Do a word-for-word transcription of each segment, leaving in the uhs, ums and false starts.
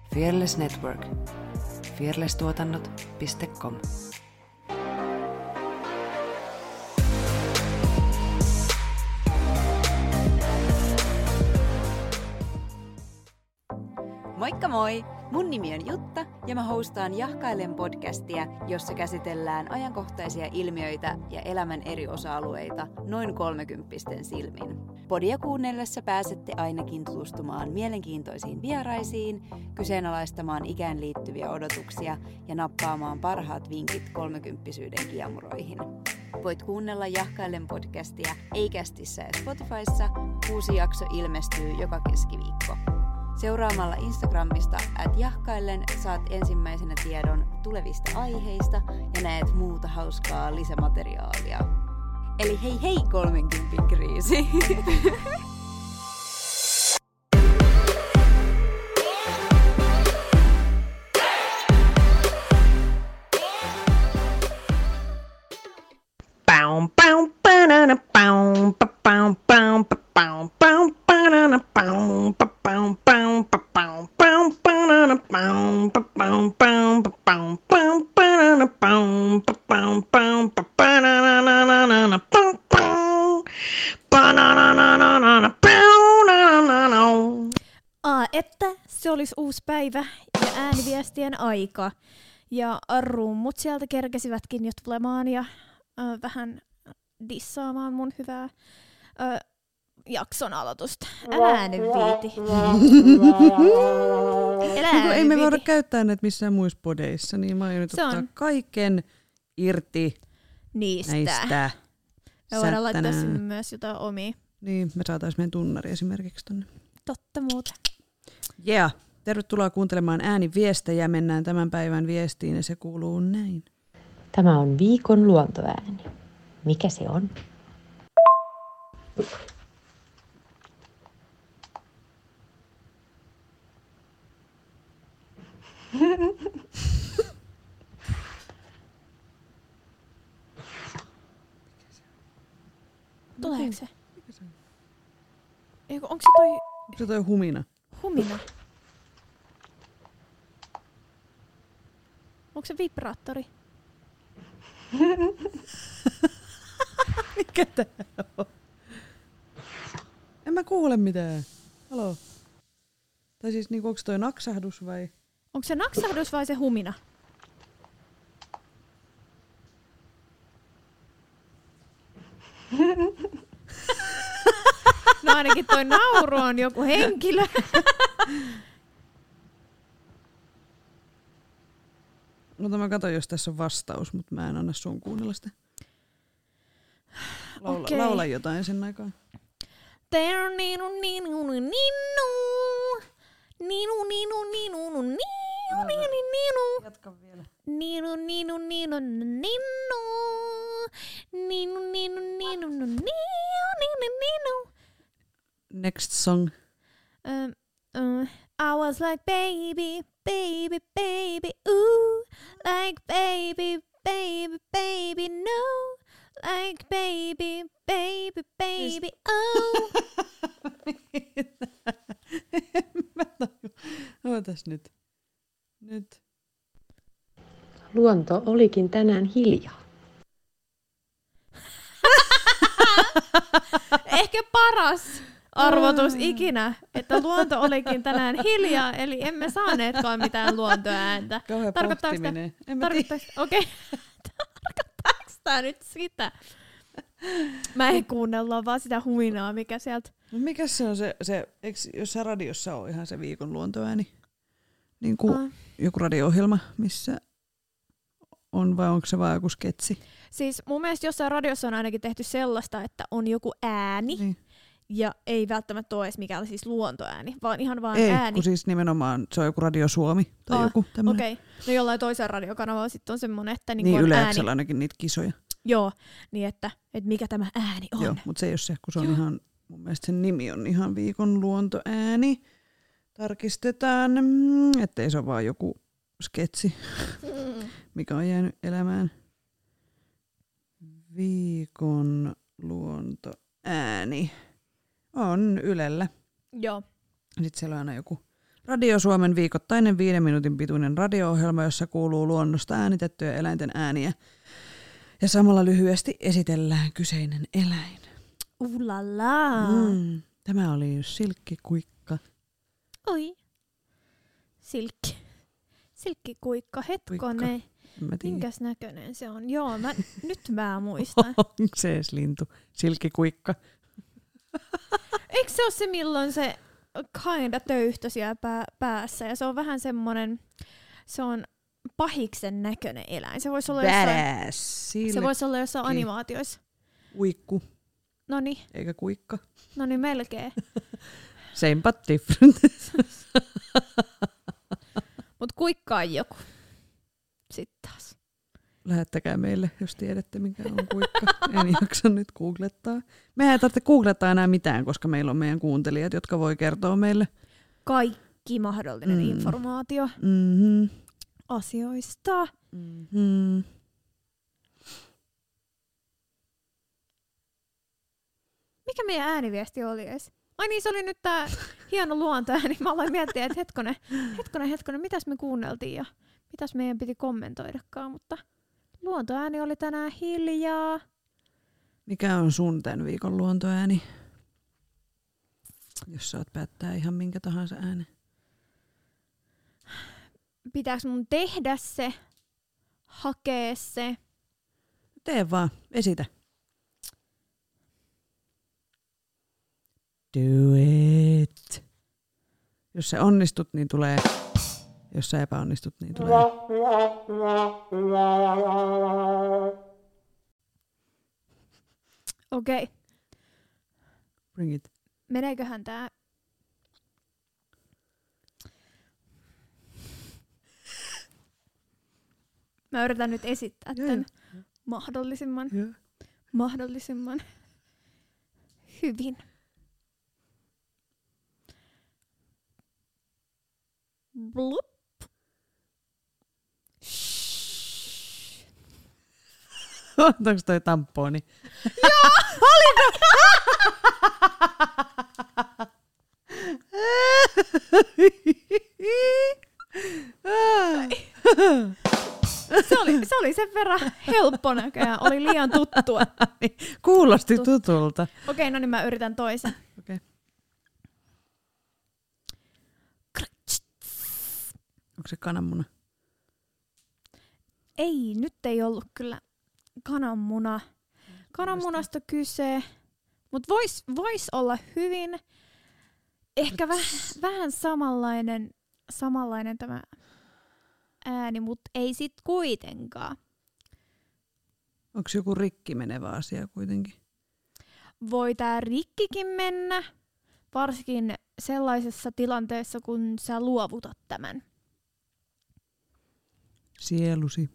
Fearless Network. fearless tuotannot piste com. Moikka moi! Mun nimi on Jutta ja mä hostaan Jahkailen podcastia, jossa käsitellään ajankohtaisia ilmiöitä ja elämän eri osa-alueita noin kolmekymppisten silmin. Podia kuunnellessa pääsette ainakin tutustumaan mielenkiintoisiin vieraisiin, kyseenalaistamaan ikään liittyviä odotuksia ja nappaamaan parhaat vinkit kolmekymppisyyden kiemuroihin. Voit kuunnella Jahkailen podcastia Acastissa ja Spotifyssa. Uusi jakso ilmestyy joka keskiviikko. Seuraamalla Instagramista at jahkaillen saat ensimmäisenä tiedon tulevista aiheista ja näet muuta hauskaa lisämateriaalia. Eli hei hei kolmenkympin kriisi! Pow pow banana pow pow pow pow pow banana pow pow pow pow pow banana pow pow pow pow pow banana pow pow pow banana pow pow banana pow. Aa, että se olisi uusi päivä ja ääniviestien aika. Ja rummut sieltä kerkesivätkin jo tulemaan ja äh, vähän dissaamaan mun hyvää äh, jakson aloitusta. Älä nyt viiti. Älä No, nyt ei me viiti. voida käyttää näitä missään muissa podeissa, niin mä aion nyt Se ottaa on. kaiken irti Niistä. näistä. Me voidaan laittaa sättänää. sinne myös jotain omia. Niin, me saatais meidän tunnari esimerkiksi tonne. Totta muuta. Yeah. Tervetuloa kuuntelemaan ääniviestejä. Mennään tämän päivän viestiin ja se kuuluu näin. Tämä on viikon luontoääni. Mikä se on? Tuleeko se? Eikö, onko se toi Onko se toi humina? humina? Onko se vibraattori? Mikä tää on? En mä kuule mitään. Halo. Tai siis niinku, onko toi naksahdus vai? Onko se naksahdus vai se humina? No ainakin toi nauru on joku henkilö. No mä katson, jos tässä on vastaus, mutta mä en anna sun kuunnella sitä. Laula, Okei. laula jotain sen aikaan. Ninu ninu ninu ninu ninu ninu ninu ninu ninu Jatka vielä. ninu ninu ninu ninu ninu ninu ninu ninu ninu. Next song. Um, um, I was like baby, baby, baby, ooh, like baby, baby, baby, no, like baby, baby, baby, oh. Mä tajun. Ootas nyt. Nyt. Luonto olikin tänään hiljaa. Ehkä paras arvotus ikinä, että luonto olikin tänään hiljaa, eli emme saaneetkaan mitään luontoääntä. Kauhea Tarkoittaako tää- pohtiminen. En mä tiedä. Tarkoittaako, okei. Tarkoittaako tää nyt sitä? Mä en kuunnella vaan sitä huminaa, mikä sieltä... No mikä se on se, se eiks jossain radiossa on ihan se viikon luontoääni? Niin kuin Ah. joku radio-ohjelma, missä on vai onko se vaan joku sketsi? Siis mun mielestä jossain radiossa on ainakin tehty sellaista, että on joku ääni, Niin. ja ei välttämättä ole edes mikään siis luontoääni, vaan ihan vaan Ei, ääni. kun siis nimenomaan se on joku Radio Suomi tai Ah, joku tämmöinen. Okei, okay. No jollain toisella radiokanavalla sitten on semmoinen, että niinku Niin on ääni. Yleäksellä ainakin niitä kisoja. Joo, niin että, että mikä tämä ääni on. Joo, mutta se ei ole se, kun se on Joo. ihan, mun mielestä sen nimi on ihan viikon luontoääni. Tarkistetaan, mm, ettei se ole vaan joku sketsi, Mm. mikä on jäänyt elämään. Viikon luontoääni on Ylellä. Joo. Sitten siellä on aina joku Radio Suomen viikoittainen viiden minuutin pituinen radio-ohjelma, jossa kuuluu luonnosta äänitettyjä eläinten ääniä. Ja samalla lyhyesti esitellään kyseinen eläin. Ulalaa. Mm, tämä oli just silkkikuikka. Oi. Silkki. Silkkikuikka. Hetkonen. Minkäs näköinen se on? Joo, mä, nyt mä muistan. Onko se edes lintu? Silkkikuikka. Eikö se ole se, milloin se kinda töyhtö siellä pää, päässä? Ja se on vähän semmonen, se on pahiksen näköinen eläin. Se voisi olla jossain, se voisi olla jossain animaatioissa. Uikku. Noniin. Eikä kuikka. Noniin, melkein. Same but different. Mut kuikka on joku. Sitten taas. Lähettäkää meille, jos tiedätte, mikä on kuikka. En jaksa nyt googlettaa. Mehän ei tarvitse googlettaa enää mitään, koska meillä on meidän kuuntelijat, jotka voi kertoa meille kaikki mahdollinen mm. informaatio mm-hmm. asioista. Mm-hmm. Mikä meidän ääniviesti oli edes? Ai niin, se oli nyt tää hieno luontoääni. Mä aloin miettiä, että hetkonen, hetkonen, hetkonen, mitäs me kuunneltiin ja mitäs meidän piti kommentoidakaan, mutta luontoääni oli tänään hiljaa. Mikä on sun tämän viikon luontoääni? Jos saat päättää ihan minkä tahansa äänen. Pitääks mun tehdä se? Hakea se? Tee vaan, esitä. Do it. Jos sä onnistut, niin tulee. Jos sä epäonnistut, niin tulee. Okei. Okay. Bring it. Meneeköhän tää? Mä yritän nyt esittää yeah. tän mahdollisimman, yeah. mahdollisimman hyvin. Blup. Onko toi tamponi? Joo! Oliko? se, oli, se oli sen verran helppo näköjään. Oli liian tuttua. Kuulosti tutulta. Okei, okay, no niin mä yritän toisen. Okei. Okay. Onko se kananmuna? Ei, nyt ei ollut kyllä kananmuna. Kananmunasta kyse, mutta vois, vois olla hyvin. Ehkä väh, vähän samanlainen, samanlainen tämä ääni, mutta ei sit kuitenkaan. Onko joku rikki menevä asia kuitenkin? Voi tää rikkikin mennä, varsinkin sellaisessa tilanteessa, kun sä luovutat tämän. Sielusi.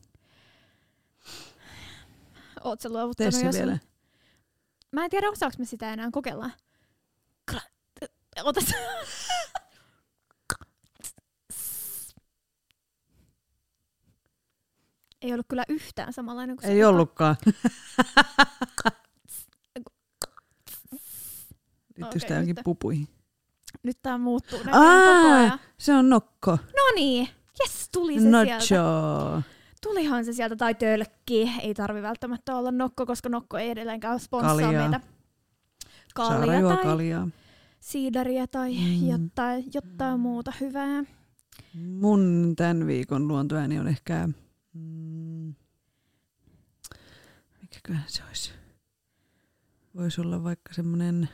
Oot sä luovuttanut Tee se vielä. Sun... Mä en tiedä, osaaks me sitä enää kokeilla. Otas. Ei ollut kyllä yhtään samanlainen kuin se. Ei ollutkaan. Liittyy sitä johonkin pupuihin. Nyt tää muuttuu näköjään koko ajan. Se on nokko. Noniin. Jes, tuli se Nacho. sieltä. Tulihan se sieltä, tai tölkki. Ei tarvi välttämättä olla nokko, koska nokko ei edelleenkään sponssaa kaljaa. meitä. Saara juo tai kaljaa. Siidaria tai mm. jotain, jotain muuta hyvää. Mun tämän viikon luontoääni on ehkä... Mm, mikäköhän se olisi? Voisi olla vaikka semmonen...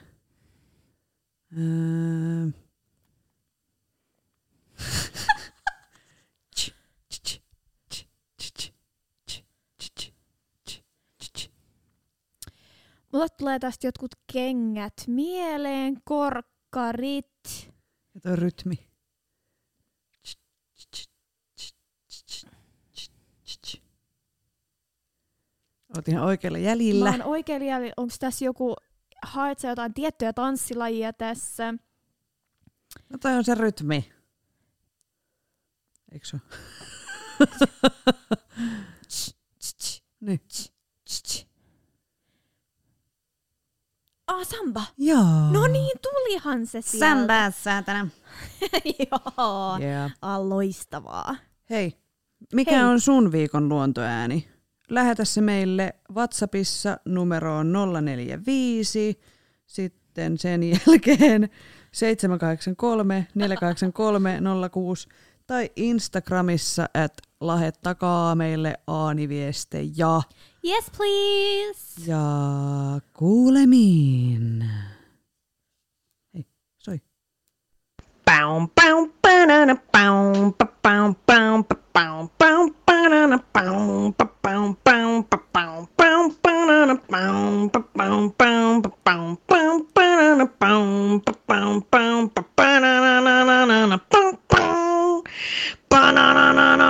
Öö, Mulle tulee tästä jotkut kengät mieleen, korkkarit. Ja toi rytmi. Oot ihan oikealla jäljillä. Mä oon oikealla jäljellä. Onko tässä joku, haet sä jotain tiettyjä tanssilajia tässä? No toi on se rytmi. Eikö se ole? Niin. Ah, samba. Joo. No niin, tulihan se sieltä. Samba, saatana. Joo, Yeah. ah, loistavaa. Hei, mikä Hei. on sun viikon luontoääni? Lähetä se meille WhatsAppissa numeroon nolla neljä viisi, sitten sen jälkeen seitsemän kahdeksan kolme neljä kahdeksan kolme nolla kuusi tai Instagramissa, että lähettäkaa meille ääniviestejä. Yes, please. Ja kuulemiin. Hei, soi. Bow, bow, banana, bow, ba, bow, bow, ba, bow, bow, banana, bow, ba, bow, bow, ba, bow, bow, banana, bow, ba, bow, bow, ba, bow, bow, banana, bow, ba, bow, bow, ba, banana, na, na, na, na, bow, bow, banana, na, na,